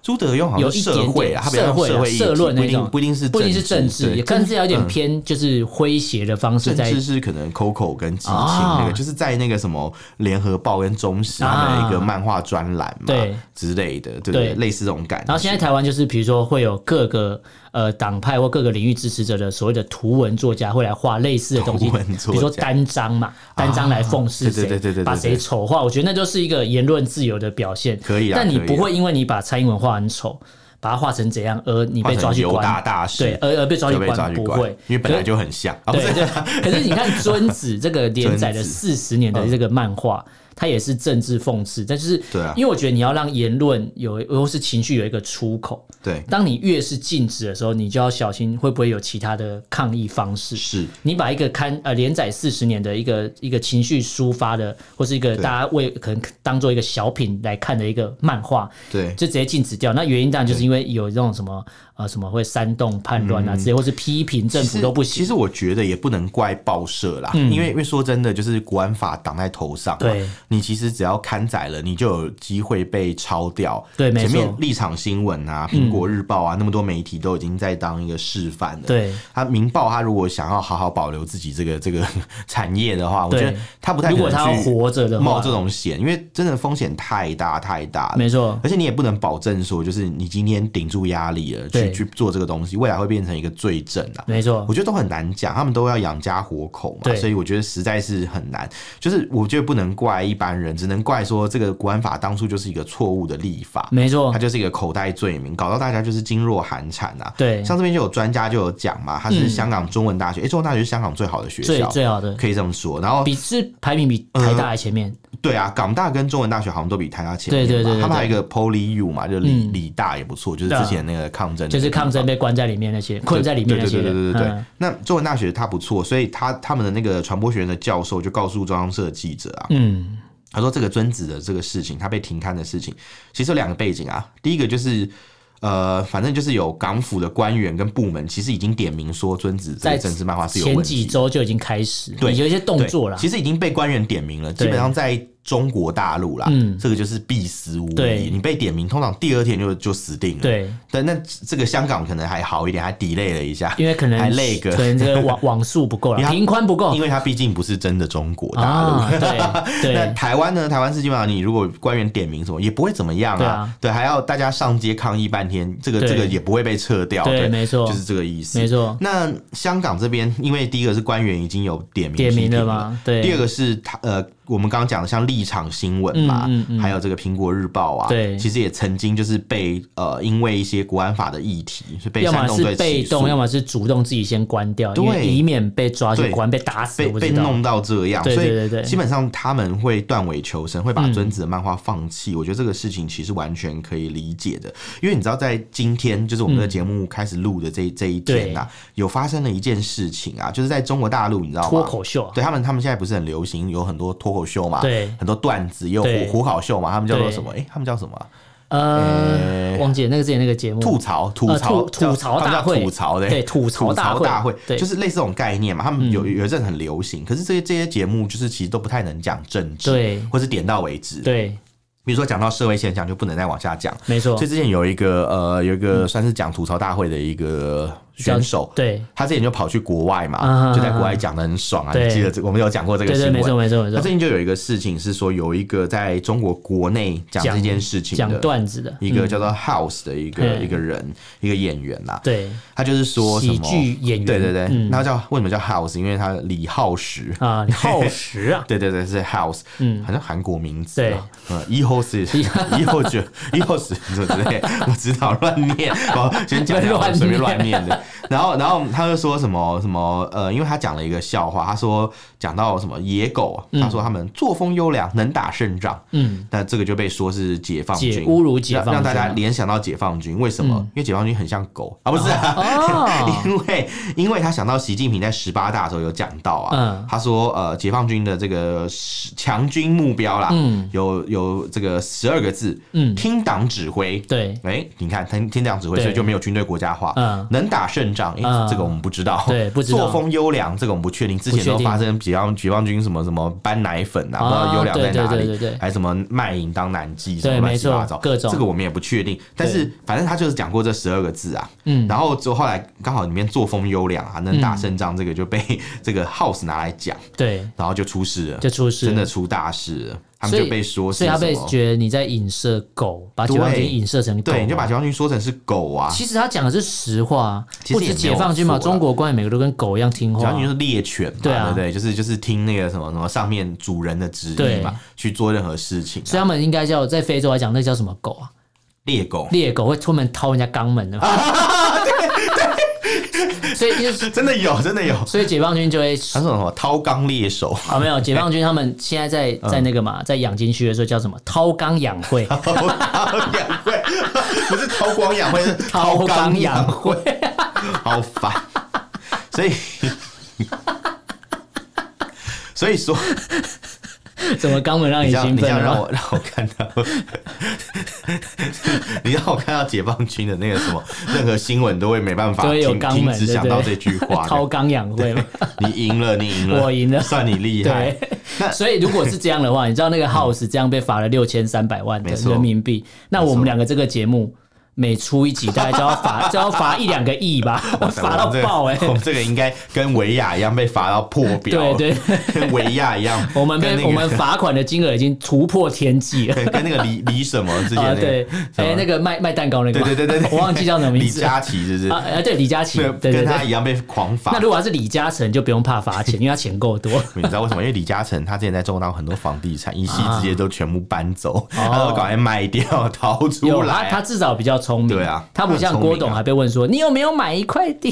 A: 朱德庸好像是社会啊，他比较社会
B: 社论那种，
A: 不一定是
B: 不一定是政治，也甚至有点偏就是诙谐的方式在。
A: 政治是可能 Coco 跟激情那个，就是在那个什么联合报跟中时他们的一个漫画专栏嘛，对之类的，对对，类似这种感觉。
B: 然后现在台湾就是比如说会有各个呃党派或各个领域支持者的所谓的图文作家会来画类似的东西，比如说单章嘛，单章来讽刺谁，把谁丑化，我觉得那就是一个言论自由的表现，
A: 可以啊。
B: 但你不会因为你把蔡英文画很丑，把它画成怎样，而你被抓去关，
A: 大大
B: 对，而而被抓去关，不会，
A: 因为本来就很像。
B: 对对。可是你看尊子这个连载了四十年的这个漫画。它也是政治讽刺，但就是因为我觉得你要让言论有或是情绪有一个出口，
A: 对，
B: 当你越是禁止的时候，你就要小心会不会有其他的抗议方式。
A: 是
B: 你把一个刊呃连载四十年的一个一个情绪抒发的，或是一个大家为可能当做一个小品来看的一个漫画，
A: 对，
B: 就直接禁止掉。那原因当然就是因为有这种什么呃什么会煽动叛乱啊之类，或是批评政府都不行。
A: 其实我觉得也不能怪报社啦，嗯、因为因为说真的，就是国安法挡在头上嘛，
B: 对。
A: 你其实只要刊载了，你就有机会被抄掉。
B: 对，没错。
A: 前面立场新闻啊、苹果日报啊，嗯、那么多媒体都已经在当一个示范了。
B: 对，
A: 他明报他如果想要好好保留自己这个这个产业的话，我觉得他不太可能去
B: 如果他要活着的话
A: 冒这种险，因为真的风险太大太大了。
B: 没错，
A: 而且你也不能保证说，就是你今天顶住压力了去去做这个东西，未来会变成一个罪证啊。
B: 没错，
A: 我觉得都很难讲，他们都要养家活口嘛，所以我觉得实在是很难。就是我觉得不能怪一般人，只能怪说这个国安法当初就是一个错误的立法，
B: 没错，
A: 它就是一个口袋罪名，搞到大家就是噤若寒蝉啊。
B: 对，
A: 像这边就有专家就有讲嘛，它是香港中文大学，哎、嗯欸，中文大学是香港最好的学校，
B: 最最好的，
A: 可以这么说。然后
B: 比是排名比台大还前面。
A: 嗯对啊，港大跟中文大学好像都比台大前面嘛。
B: 对对 对, 对, 对，
A: 他们还有一个 PolyU 嘛，就理、嗯、理大也不错，就是之前那个抗争，
B: 就是抗争被关在里面那些，困在里面那些。
A: 对对对对对对。嗯、那中文大学它不错，所以他他们的那个传播学院的教授就告诉中央社的记者啊，嗯，他说这个尊子的这个事情，他被停刊的事情，其实有两个背景啊。第一个就是。呃，反正就是有港府的官员跟部门，其实已经点名说尊子这个政治漫画是有问题，
B: 前几周就已经开始，对，有一些动作了。
A: 其实已经被官员点名了，基本上在中国大陆啦，嗯，这个就是必死无疑。你被点名，通常第二天就就死定了。对，但那这个香港可能还好一点，还 delay 了一下，
B: 因为可能
A: 还累个，
B: 可能这个网网速不够了，频宽不够，
A: 因为它毕竟不是真的中国大陆。
B: 啊、对对。
A: 那台湾呢？台湾是基本上你如果官员点名什么也不会怎么样啊，对, 啊对，还要大家上街抗议半天，这个这个也不会被撤掉。
B: 对，对没错，
A: 就是这个意思。
B: 没错。
A: 那香港这边，因为第一个是官员已经有点名
B: 点名了嘛，对。
A: 第二个是他呃。我们刚刚讲的像立场新闻嘛，嗯嗯嗯、还有这个苹果日报啊，
B: 对，
A: 其实也曾经就是被呃因为一些国安法的议题，是被煽动罪起诉，要么是
B: 被动，要么是主动自己先关掉，因为以免被抓去关、被打死，
A: 被被弄到这样，
B: 对对对对，
A: 所以基本上他们会断尾求生，会把尊子的漫画放弃。嗯、我觉得这个事情其实完全可以理解的，因为你知道在今天就是我们的节目开始录的这、嗯、这一天啊，有发生了一件事情啊，就是在中国大陆，你知道吗？
B: 脱口秀、啊，
A: 对他们，他们现在不是很流行有很多脱口秀嘛，
B: 对。
A: 很多段子，也有虎虎考秀嘛，他们叫做什么？哎、欸，他们叫什么、啊？
B: 呃，忘记了那个之前那个节目，
A: 吐槽吐槽、呃、
B: 吐槽大会，
A: 吐槽的，
B: 对，吐槽大会，
A: 大会就是类似这种概念嘛。他们有有一阵很流行，可是这些这些节目就是其实都不太能讲政治，
B: 对，
A: 或是点到为止，
B: 对。
A: 比如说讲到社会现象就不能再往下讲，
B: 没错。
A: 所以之前有一个呃有一个算是讲吐槽大会的一个选手，
B: 对，
A: 他之前就跑去国外嘛，啊、就在国外讲得很爽啊。你记得这我们有讲过这个新闻，
B: 对对，没错没错没错。
A: 他最近就有一个事情是说，有一个在中国国内讲这件事情的
B: 讲段子的
A: 一个叫做 House 的一个、嗯、一个人一个演员啦，
B: 对，
A: 他就是说什么
B: 喜剧演员，
A: 对对对，嗯、那叫为什么叫 House？ 因为他李浩石
B: 啊，李浩石啊，
A: 对对对，是 House， 嗯，好像韩国名字，
B: 对，
A: 嗯，一后是。以后就以后是什么之类，我知道乱念，我先讲讲，随便乱念的。然后，然后他就说什么什么呃，因为他讲了一个笑话，他说讲到什么野狗，他说他们作风优良，能打胜仗。嗯，那这个就被说是解放军，
B: 侮辱解放军，
A: 让大家联想到解放军。为什么？嗯、因为解放军很像狗啊，不是啊？哦、因为因为他想到习近平在十八大的时候有讲到啊，嗯、他说呃，解放军的这个强军目标啦，嗯、有有这个十二个字。嗯，听党指挥，
B: 对，
A: 哎、欸，你看听听党指挥，所以就没有军队国家化。嗯，能打胜仗，哎、欸，这个我们不知道。
B: 对，不知道。
A: 作风优良，这个我们不确定。之前都发生解放解放军什么什么搬奶粉啊，不知道优良在哪里，
B: 对对对对对，
A: 还什么卖淫当男妓，什
B: 么
A: 乱七八糟，
B: 各种。
A: 这个我们也不确定。但是反正他就是讲过这十二个字啊。嗯。然后之后后来刚好里面作风优良啊，能打胜仗，这个就被这个 House 拿来讲。对。然后就出事了，
B: 就出事了，
A: 真的出大事了。他们就被说是，
B: 所以他被觉得你在影射狗，把解放军影射成狗，
A: 对，你就把解放军说成是狗啊。
B: 其实他讲的是实话，不止解放军嘛，中国官员每个都跟狗一样听话。
A: 解放军是猎犬嘛，对啊，对不对？就是就是听那个什么什么上面主人的指令嘛，去做任何事情、啊。
B: 所以他们应该叫在非洲来讲，那叫什么狗啊？
A: 猎狗，
B: 猎狗会出门掏人家肛门的。所以
A: 真的有，真的有。
B: 所以解放军就会
A: 他说什么掏肛猎手
B: 啊？没有，解放军他们现在在在那个嘛，在养精蓄锐的时候叫什么？掏肛养会。
A: 掏肛养会不是韬光养晦，是掏肛养会。好烦。所以，所以说。
B: 怎么肛门让你兴奋？
A: 你这样让我让我看到，你让我看到解放军的那个什么，任何新闻都会没办法停停止想到这句话。
B: 掏肛养会吗？
A: 你赢了，你赢了，
B: 我赢了，
A: 算你厉害。
B: 那所以如果是这样的话，你知道那个 House 这样被罚了六千三百万的人民币，那我们两个这个节目。每出一集大概就要罚就要罚一两个亿吧，罚到爆哎、欸！
A: 我们这个应该跟维亚一样被罚到破表，
B: 对对，
A: 跟维亚一样。
B: 我们被、那個、我们罚款的金额已经突破天际了，
A: 跟那个李李什么之前、那個啊、
B: 对，哎、欸、那个卖卖蛋糕那个，
A: 对对对对，
B: 我忘记叫什么名字，
A: 李佳琦是不是？
B: 啊，对李佳琦，对对对，
A: 跟他一样被狂罚。
B: 那如果他是李嘉诚，就不用怕罚钱，因为他钱够多。
A: 你知道为什么？因为李嘉诚他之前在中国很多房地产，一夕之间都全部搬走，啊、他都赶快卖掉，逃出来。
B: 他他至少比较聪明，
A: 对啊。
B: 不像郭董还被问说，你有没有买一块地？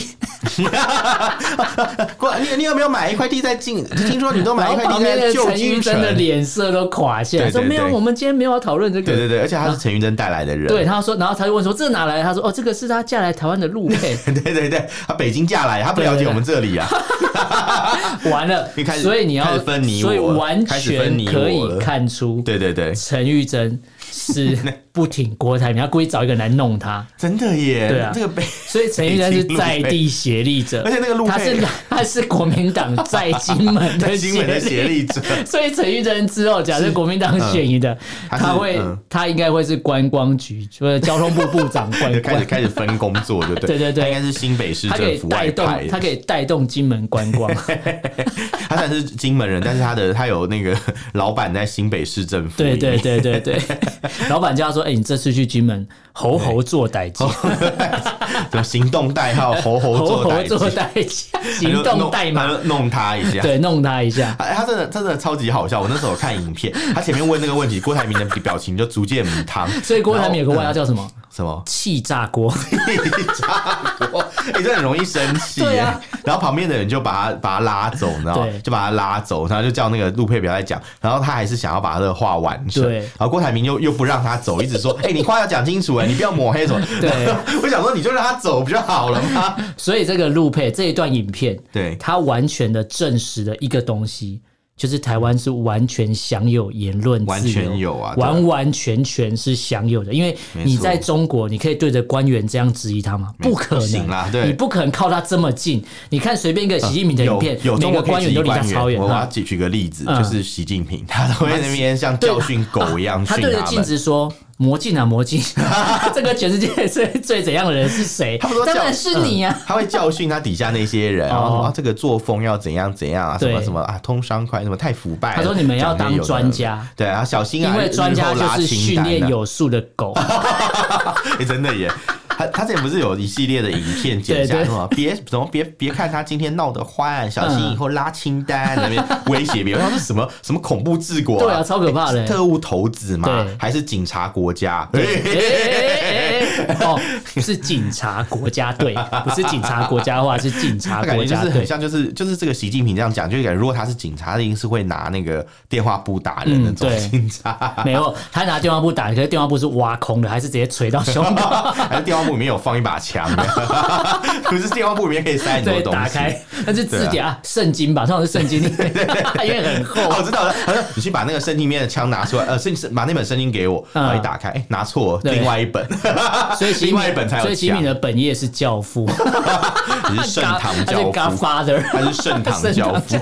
A: 你你有没有买一块地在进？听说你都买一块地在旧金城。
B: 陈玉珍的脸色都垮下来，说没有，我们今天没有要讨论这个。
A: 对对对，而且他是陈玉珍带来的人。
B: 对，他说，然后他就问说，这哪来的？他说，哦，这个是他嫁来台湾的陆配。
A: 对对对，他北京嫁来，他不了解我们这里啊。
B: 完了，所以你要
A: 分你我，
B: 所以完全可以看出，
A: 对对对，
B: 陈玉珍是不挺郭台铭，他故意找一个人来弄他。
A: 真的耶，
B: 对啊，
A: 这个北，
B: 所以陈玉珍是在地协力者，
A: 而且那个陆配
B: 他是他是国民党在金门的
A: 协力者，
B: 所以陈玉珍之后，假设国民党选赢的，嗯、他会、嗯、他应该会是观光局，就是交通部部长观光，
A: 开始开始分工作，对不对？
B: 对对对，
A: 他应该是新北市政府外派，
B: 他可以带动金门观光。
A: 他虽然是金门人，但是他的他有那个老板在新北市政府，
B: 对对对对对，老板叫他说：“哎、欸，你这次去金门，猴猴做代记，
A: 什么行动代号，猴猴做代
B: 记，行动代码，
A: 弄他一下，
B: 对，弄他一下。
A: 哎，他真的真的超级好笑。我那时候看影片，他前面问那个问题，郭台铭的表情就逐渐母汤，
B: 所以郭台铭有个外号叫什么？
A: 什么？
B: 气炸锅，
A: 气炸锅，哎、欸，这很容易生气。对啊，然后旁边的人就把他把他拉走，你知道吗？就把他拉走，然后就叫那个陆配不要再讲，然后他还是想要把他的话完成。对，然后郭台铭又又不让他走，一直说：“哎、欸，你话要讲清楚，哎，你不要抹黑什么。”对，我想说你就让他走不就好了吗？
B: 所以这个陆配这一段影片，
A: 对，
B: 他完全的证实了一个东西。就是台湾是完全享有言论自由，
A: 完全有啊，
B: 完完全全是享有的。因为你在中国，你可以对着官员这样质疑他吗？不可能
A: 啦，对，
B: 你不可能靠他这么近。你看随便一个习近平的影片，
A: 有
B: 每个官员都离他超远。
A: 我要举举个例子，就是习近平，他都会在那边像教训狗一样训他们。
B: 他对着镜子说。魔镜啊，魔镜！这个全世界最最怎样的人是谁？当然是你啊！
A: 嗯、他会教训他底下那些人，然后说、啊、这个作风要怎样怎样啊，什么什么啊，通商快，什么太腐败。
B: 他说你们要当专家，
A: 对啊，小心啊，
B: 因为专家就是训练有素的狗。
A: 哎、欸，真的耶！他他之前不是有一系列的影片剪下，说别怎么别别看他今天闹得欢，小心以后拉清单，那边威胁别人，他是什么什么恐怖治国、啊？
B: 对啊，超可怕的、欸！
A: 特务头子嘛，还是警察国家？
B: 欸欸欸、哦，是警察国家队，不是警察国家化，是警察国家队。
A: 很像就是就是这个习近平这样讲，就感觉如果他是警察，他一定是会拿那个电话簿打人的那种警察。
B: 嗯、没有，他拿电话簿打，可是电话簿是挖空的，还是直接捶到胸口？
A: 还是电话话簿里面有放一把枪，不是电话簿里面可以塞很多东西。
B: 打开那是字典啊，圣经吧，通常是圣经，因为很厚。
A: 我知道了，他说你去把那个圣经里面的枪拿出来，呃，把那本圣经给我，然后一打开，哎，拿错，另外一本，
B: 所以
A: 另外一本才有枪。
B: 所以齐敏的本业是教父，
A: 你是圣堂教父，
B: 他是 Godfather，
A: 他是圣堂教父。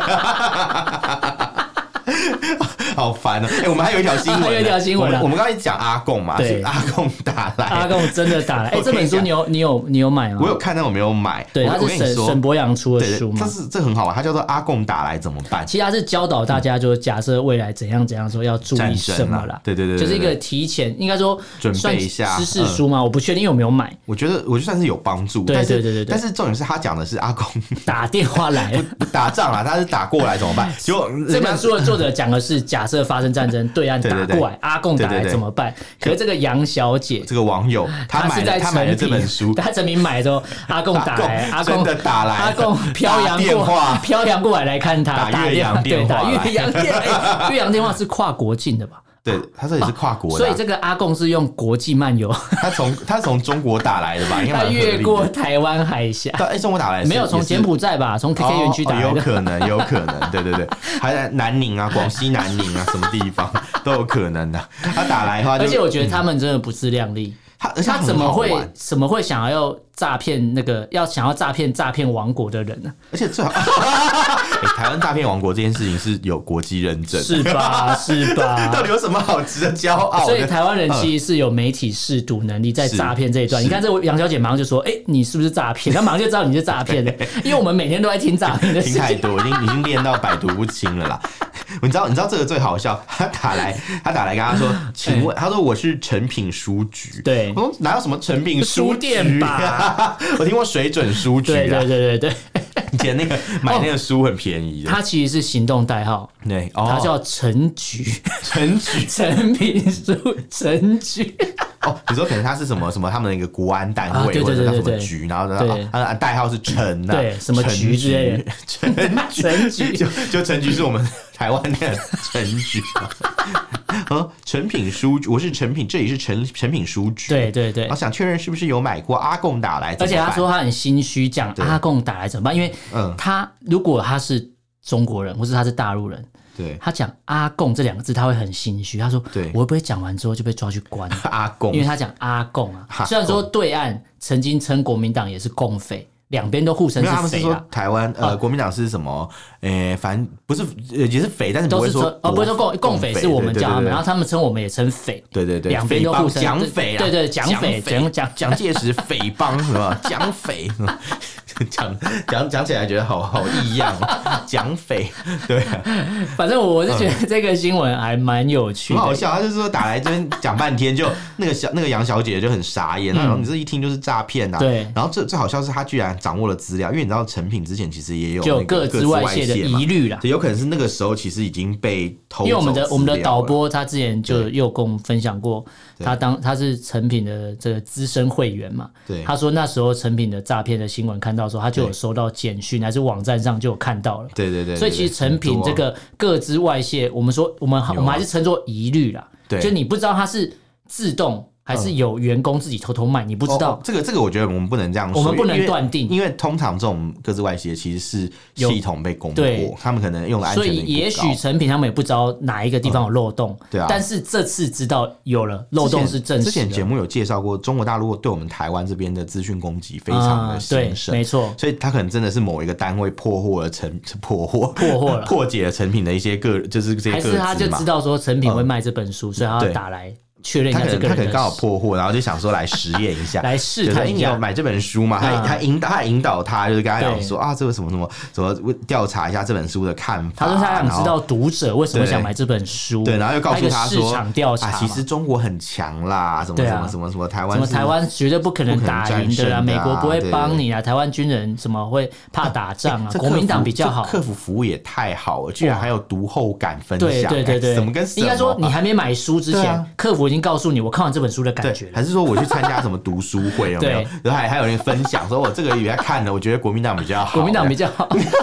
A: 好烦哦！哎、欸，我们还有一条新闻，
B: 还有一条新闻、啊。
A: 我们刚才讲阿贡嘛，是阿贡打来，
B: 阿贡真的打来。哎、欸，这本书你有你有你有买吗？
A: 我有看，但我没有买。
B: 对，它是沈沈博洋出的书嘛。
A: 这是这很好玩，它叫做《阿贡打来怎么办》。
B: 其实它是教导大家，就是假设未来怎样怎样说要注意什么啦。
A: 对对 对, 对，
B: 就是一个提前应该说
A: 准备一下
B: 知识书嘛。嗯、我不确定，因为我没有买。
A: 我觉得我就算是有帮助。
B: 对对对对对。
A: 但是重点是他讲的是阿贡
B: 打电话来
A: 打仗啊，他是打过来怎么办？结果
B: 这本书的作者讲的是假设发生战争。对岸打过来，对对对阿贡打来怎么办？对对对可是这个杨小姐，
A: 这个网友，她买了，她买了这本书，
B: 她成品买之后，阿贡打来，阿贡
A: 真的打来，
B: 阿贡漂洋过，漂洋过来来看他，
A: 打越洋电话，
B: 打越洋电，越洋电话是跨国境的吧？
A: 对，他这里是跨国的、啊，
B: 所以这个阿贡是用国际漫游，
A: 他从他从中国打来的吧？应该
B: 他越过台湾海峡，
A: 对，哎，中国打来
B: 没有从柬埔寨吧？从 K K 园区打来的、
A: 哦哦，有可能，有可能，对对对，还在南宁啊，广西南宁啊，什么地方都有可能的。他打来的话就，
B: 而且我觉得他们真的不自量力。嗯他, 他怎么会怎么会想要诈骗那个要想要诈骗诈骗王国的人呢？
A: 而且最好，欸、台湾诈骗王国这件事情是有国际认证，
B: 是吧？是吧？
A: 到底有什么好值得骄傲的？
B: 所以台湾人其实是有媒体识读能力，在诈骗这一段。你看这杨小姐马上就说：“哎、欸，你是不是诈骗？”她马上就知道你是诈骗的，因为我们每天都在听诈骗的事情，
A: 听太多，已经已经练到百毒不侵了啦。你知道，你知道这个最好笑？他打来，他打来跟他说：“请问，他说我是诚品书局。”
B: 对，
A: 我说哪有什么诚品书
B: 店吧？
A: 我听过水准书局啊。
B: 对对对对对。
A: 以前那个买那个书很便宜的，
B: 它其实是行动代号，
A: 对，
B: 它叫陈局，
A: 陈局，
B: 诚品书陈局。
A: 哦，你说可能他是什么什么他们的一个国安单位，或者叫什么局，然后他的代号是陈，
B: 对，什么局之类的，
A: 陈
B: 陈局，
A: 就就陈局是我们台湾那个陈局。呃，诚品书局，我是诚品，这里是诚诚品书局。
B: 对对对，
A: 我想确认是不是有买过阿贡打来，
B: 而且他说他很心虚，讲阿贡打来怎么办？因为他如果他是中国人，或是他是大陆人。
A: 对，
B: 他讲阿贡这两个字，他会很心虚。他说：“
A: 对，
B: 我会不会讲完之后就被抓去关？”
A: 阿贡，
B: 因为他讲阿贡啊。虽然说对岸曾经称国民党也是共匪，两边都互称是匪啊。
A: 他们是说台湾呃国民党是什么？诶，反正不是也是匪，但是不会说
B: 哦，不会说共共匪是我们叫他们，然后他们称我们也称匪。
A: 对对对，
B: 两边都互称
A: 蒋匪啊，
B: 对对蒋匪蒋蒋
A: 蒋介石匪帮是吧？蒋匪。讲讲讲起来觉得好好异样哦，蒋匪对、啊，
B: 反正我是觉得这个新闻还蛮有趣的，
A: 很好笑。他就是说打来这边讲半天，就那个小那个杨小姐就很傻眼，然后你这一听就是诈骗呐。
B: 对，
A: 然后最最好笑是他居然掌握了资料，因为你知道诚品之前其实也有
B: 就各自外泄的疑虑啦，
A: 有可能是那个时候其实已经被偷走。
B: 因为我们的我们的导播他之前就又跟我们分享过，他当他是诚品的这个资深会员嘛，
A: 对，
B: 他说那时候诚品的诈骗的新闻看到。他就有收到简讯，还是网站上就有看到了。
A: 对对 对, 对，
B: 所以其实成品这个各自外泄，我们说我们我们还是称作疑虑啦。
A: 对，
B: 就你不知道它是自动。还是有员工自己偷偷卖，你不知道、
A: 哦、这个这个，我觉得我们不能这样说，
B: 我们不能断定，
A: 因为通常这种各自外泄其实是系统被攻破，他们可能用的安全性不高，
B: 所以也许成品他们也不知道哪一个地方有漏洞，嗯、对啊。但是这次知道有了漏洞是证实的。
A: 之前节目有介绍过，中国大陆对我们台湾这边的资讯攻击非常的兴盛、
B: 嗯，没错。
A: 所以他可能真的是某一个单位破获了成破获
B: 破获了
A: 破解了成品的一些个就是这些个资嘛，
B: 还是他就知道说成品会卖这本书，嗯、所以他要打来。确认一下这个人，
A: 他可能刚好破获，然后就想说来实验一下，
B: 来试探一下。
A: 你有买这本书嘛？他他引导他引导他，就是跟他讲说啊，这个什么什么，怎么调查一下这本书的看法。
B: 他说他想知道读者为什么想买这本书，
A: 对，然后又告诉他说
B: 市场调查、
A: 啊，其实中国很强啦，什么什么什么什么台湾，
B: 什么台湾绝对不可能打赢的啦，美国不会帮你啊，台湾军人什么会怕打仗啊，国民党比较好，
A: 客服服务也太好了，居然还有读后感分享，
B: 对对对对，
A: 什么跟什么？
B: 应该说你还没买书之前，客服已经告诉你，我看完这本书的感觉，
A: 还是说我去参加什么读书会有没有？然后还还有人分享说，我这个月在看的，我觉得国民党比较好，
B: 国民党比较好。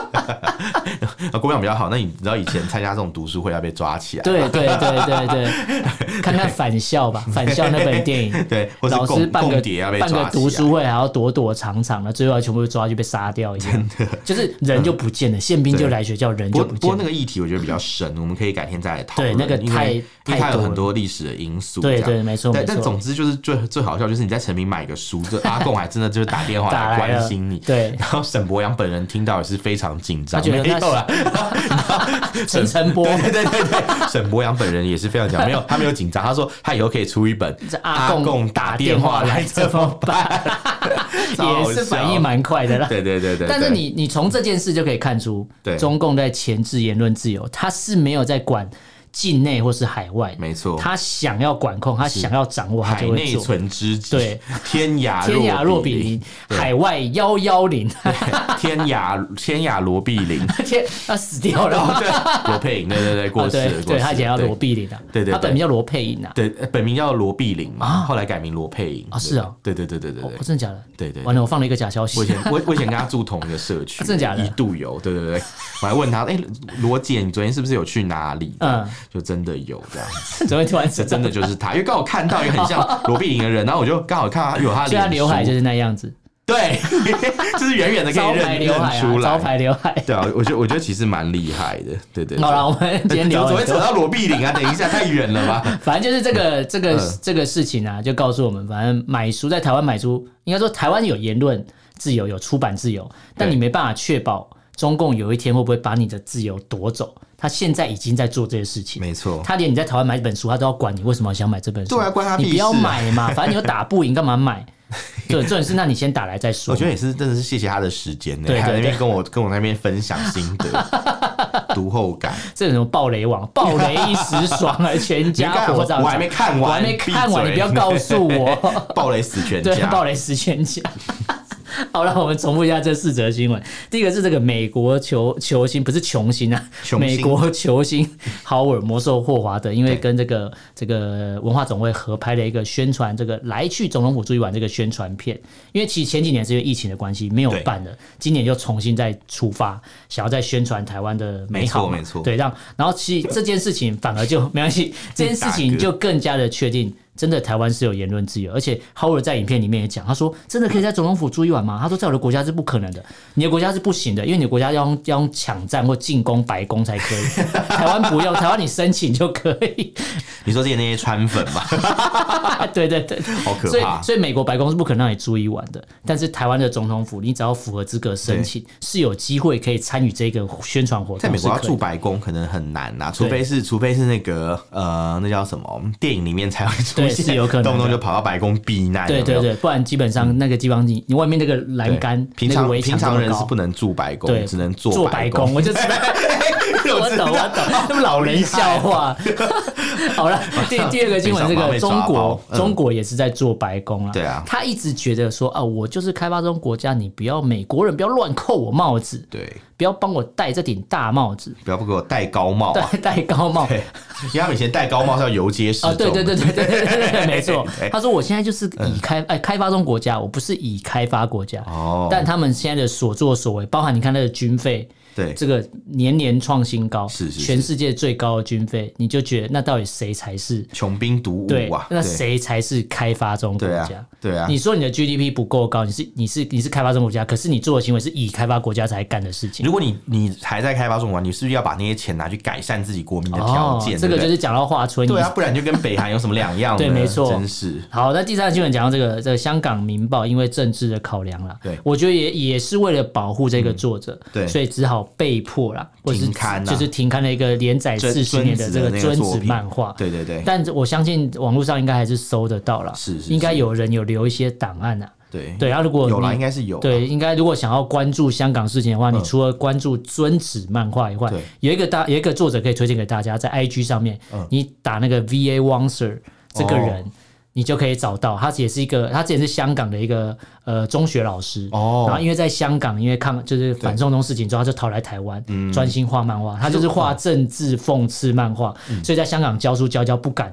A: 国民党比较好，那你知道以前参加这种读书会要被抓起来？
B: 对对对对对，看看返校吧，返校那本电影，
A: 对，或
B: 老师办个办个读书会还要躲躲藏藏的，最后全部抓去被杀掉一样，就是人就不见了，宪兵就来学校，人就不见了。
A: 不过那个议题我觉得比较深，我们可以改天再来讨论。
B: 对，那个太
A: 因为它有很多历史的因素。
B: 对对，没错没错。
A: 但总之就是最最好笑，就是你在成品买个书，这阿贡还真的就是打电话来关心你。
B: 对，
A: 然后沈伯洋本人听到也是非常紧张，
B: 他觉得没有啦。陈晨波，
A: 对对对对，沈伯洋本人也是非常紧张，没有他没有紧张，他说他以后可以出一本阿贡打电话来怎么办，
B: 也是反应蛮快的啦。
A: 对对对对。
B: 但是你你从这件事就可以看出，中共在钳制言论自由，他是没有在管境内或是海外，
A: 没错，
B: 他想要管控，他想要掌握，他就会做。
A: 海内存知己，
B: 对，
A: 天涯
B: 天涯若比邻，海外幺幺零，
A: 天涯天涯罗碧玲，
B: 天他死掉了，
A: 对，罗佩颖，对对对，过世了，
B: 对他以前叫罗碧玲啊，
A: 对对，
B: 他本名叫罗佩颖啊，
A: 对，本名叫罗碧玲嘛，后来改名罗佩颖
B: 啊，是啊，
A: 对对对对对对，
B: 真的假的？
A: 对对，
B: 完了，我放了一个假消息，
A: 我以前我我以前跟他住同一个社区，
B: 真的假的？
A: 一度有，对对对，我还问他，哎，罗姐，你昨天是不是有去哪里？嗯。就真的有这样子，
B: 怎么突然
A: 这真的就是他，因为刚好看到一个很像罗碧莹的人，然后我就刚好看到有他的脸，
B: 所以他刘海就是那样子，
A: 对，就是远远的可以认认出来，
B: 招牌刘海，
A: 对啊，我觉得我觉得其实蛮厉害的，对对。
B: 好了，我们今天聊
A: 怎么会扯到罗碧玲啊？等一下，太远了吧？
B: 反正就是这个这个这个事情啊，就告诉我们，反正买书在台湾买书，应该说台湾有言论自由，有出版自由，但你没办法确保中共有一天会不会把你的自由夺走。他现在已经在做这些事情，
A: 没错。
B: 他连你在台湾买一本书，他都要管你为什么想买这本书。
A: 对啊，关他屁事。
B: 你不要买嘛，反正你又打不赢，干嘛买？对，重点是，那你先打来再说。
A: 我觉得也是，真的是谢谢他的时间呢，还在那边跟我跟我那边分享心得、读后感。
B: 这种什么暴雷网，暴雷一时爽啊，全家火葬场。
A: 我还没看完，
B: 我还没看完，你不要告诉我。
A: 暴雷死全家，
B: 对，暴雷死全家。好了，我们重复一下这四则新闻。第一个是这个美国球球星，不是琼星啊，美国球星豪尔魔兽霍华德，因为跟这个这个文化总会合拍了一个宣传这个来去总统府住一晚这个宣传片。因为其实前几年是因为疫情的关系没有办的，今年就重新再出发，想要再宣传台湾的美好嘛，
A: 没错，
B: 对，让然后其实这件事情反而就没关系，这件事情就更加的确定。真的台湾是有言论自由，而且 Howard 在影片里面也讲，他说真的可以在总统府住一晚吗？他说在我的国家是不可能的，你的国家是不行的，因为你的国家要用要用抢占或进攻白宫才可以，台湾不用，台湾你申请就可以。
A: 你说这些那些川粉吧？
B: 对对对，
A: 好可怕。
B: 所以所以美国白宫是不可能让你住一晚的，但是台湾的总统府，你只要符合资格申请，是有机会可以参与这个宣传活动。
A: 在美国要住白宫可能很难呐、啊，除非是除非是那个呃，那叫什么电影里面才会出现，
B: 是有可能
A: 动不动就跑到白宫避难。
B: 对对对，不然基本上那个地方你你外面那个栏杆，
A: 平常、那个、平常人是不能住白宫，只能坐白宫。
B: 我就知道。我懂，我懂，那么老人笑话。好了，第第二个新闻，这个中国，嗯、中国也是在做白宫了。
A: 对啊，
B: 他一直觉得说啊，我就是开发中国家，你不要美国人不要乱扣我帽子，
A: 对，
B: 不要帮我戴这顶大帽子，
A: 不要不给我戴高帽、啊，
B: 戴戴高帽。
A: 因为他们以前戴高帽是要游街示众、啊。
B: 对对对对对对对对，没错。他说我现在就是以开哎、嗯、开发中国家，我不是以开发国家。哦，但他们现在的所作所为，包含你看那个军费。
A: 对，
B: 这个年年创新高，
A: 是是是
B: 全世界最高的军费，你就觉得那到底谁才是
A: 穷兵黩武啊？
B: 对，那谁才是开发中国家？
A: 对啊，对啊。
B: 你说你的 G D P 不够高，你是你是你是开发中国家，可是你做的行为是以开发国家才干的事情。
A: 如果你你还在开发中国，你是不是要把那些钱拿去改善自己国民的条件？
B: 哦、这个就是讲到华春莹，
A: 对啊，不然就跟北韩有什么两样？
B: 对，没错，
A: 真是。
B: 好，那第三个新闻讲到这个这个香港明报，因为政治的考量啦，
A: 对，
B: 我觉得也也是为了保护这个作者，嗯、
A: 对，
B: 所以只好被迫啦。或是
A: 停刊、啊、
B: 就是停刊了一个连载四十年的这个尊子漫画，
A: 对对对。
B: 但我相信网络上应该还是搜得到啦，
A: 是是是，
B: 应该有人有留一些档案啊。
A: 对
B: 对，啊，如果
A: 有啦，应该是有。
B: 对，应该如果想要关注香港事情的话，嗯、你除了关注尊子漫画以外，有一个大有一个作者可以推荐给大家，在 I G 上面，嗯、你打那个 V A Wangser 这个人。哦，你就可以找到，他也是一个，他之前是香港的一个呃中学老师，哦，然后因为在香港，因为抗就是反送中事情之后，他就逃来台湾，嗯，专心画漫画，他就是画政治讽刺漫画，嗯、所以在香港教书教教不敢。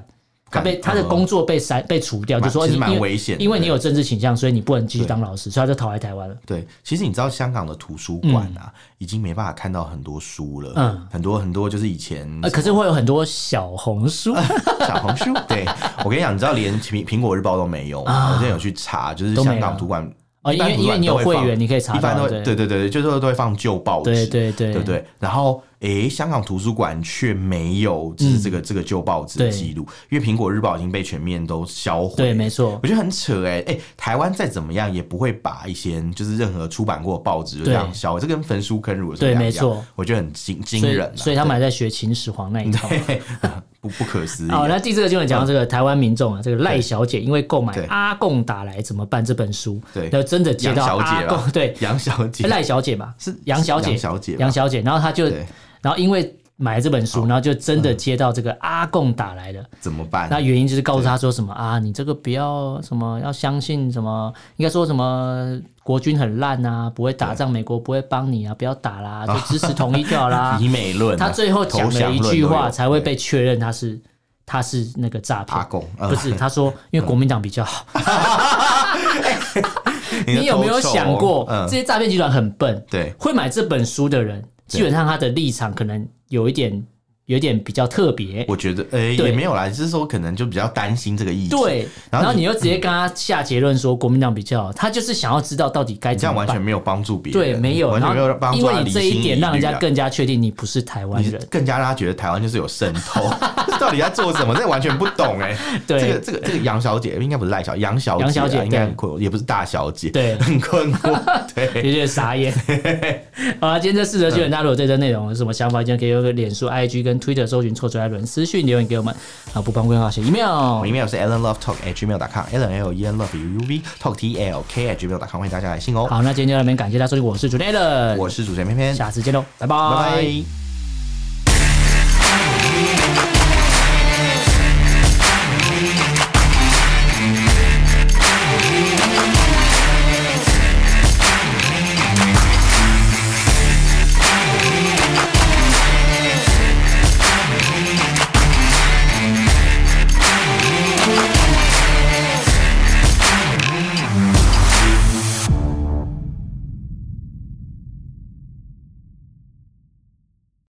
B: 他被他的工作被删被除掉，就说
A: 其实蛮危险，
B: 因为你有政治倾向，所以你不能继续当老师，所以他就逃来台湾了。
A: 对，其实你知道香港的图书馆啊，嗯、已经没办法看到很多书了，嗯，很多很多就是以前，
B: 呃，可是会有很多小红书，
A: 小红书，对我跟你讲，你知道连苹苹果日报都没有，啊、我之前有去查，就是香港图馆。
B: 哦，因为因为你有会员，你可以查到，
A: 一般都会对对对，就是都会放旧报纸，
B: 对对对，
A: 对不对？然后，诶，香港图书馆却没有就是这个、嗯、这个旧报纸的记录，因为苹果日报已经被全面都销毁，
B: 对，没错，
A: 我觉得很扯哎、欸、哎、欸，台湾再怎么样也不会把一些就是任何出版过的报纸就这样销毁，这跟焚书坑儒有什么两样？对，没错，我觉得很惊惊人、啊，
B: 所以他们还在学秦始皇那一套。
A: 不不可思议、
B: 啊。好，那第四个就能讲到这个台湾民众啊，这个赖小姐因为购买《阿共打来怎么办》这本书，对，然后真的接到阿共，对，
A: 杨小姐，
B: 赖小姐吧，是杨小姐，
A: 杨小姐，
B: 杨小姐，然后她就，然后因为买了这本书，然后就真的接到这个阿共打来了，
A: 怎么办？
B: 那原因就是告诉她说什么啊，你这个不要什么要相信什么，应该说什么。国军很烂啊，不会打仗，美国不会帮你啊，不要打啦，就支持统一就好啦。
A: 以美论，
B: 他最后讲了一句话才会被确认他是他是那个诈骗。
A: 阿共
B: 不是，他说因为国民党比较好。你有没有想过，这些诈骗集团很笨？对，会买这本书的人，基本上他的立场可能有一点。有点比较特别，
A: 我觉得，诶、欸，也没有啦，只是说可能就比较担心这个议题。
B: 对，然后 你, 然后你又直接跟他下结论说国民党比较好，他就是想要知道到底该怎么办。这样
A: 完全没有帮助别人，
B: 对，没有，
A: 完全没有帮助他理性。
B: 因为你这一点让人家更加确定你不是台湾人，
A: 更加让他觉得台湾就是有渗透。到底在做什么？这完全不懂哎、欸。对，这个这个这个杨小姐应该不是赖小杨小姐，杨小姐应该很困惑，也不是大小姐，对，很困惑，对，
B: 有点傻眼。好了，今天这四则新闻，大家如果对这内容有什么想法，就可以用个脸书、I G 跟 Twitter 搜寻臭嘴艾伦私讯留言给我们。啊，不帮规划写 email，
A: 我 email 是 allenlovetalk at gmail dot com，Allen L E N Love U V Talk T L K at gmail dot com， 欢迎大家来信哦。
B: 好，那今天就到这边，感谢大家收听，我是主持人 Allen，
A: 我是主持人偏偏，
B: 下次见喽，拜拜。
A: 拜拜。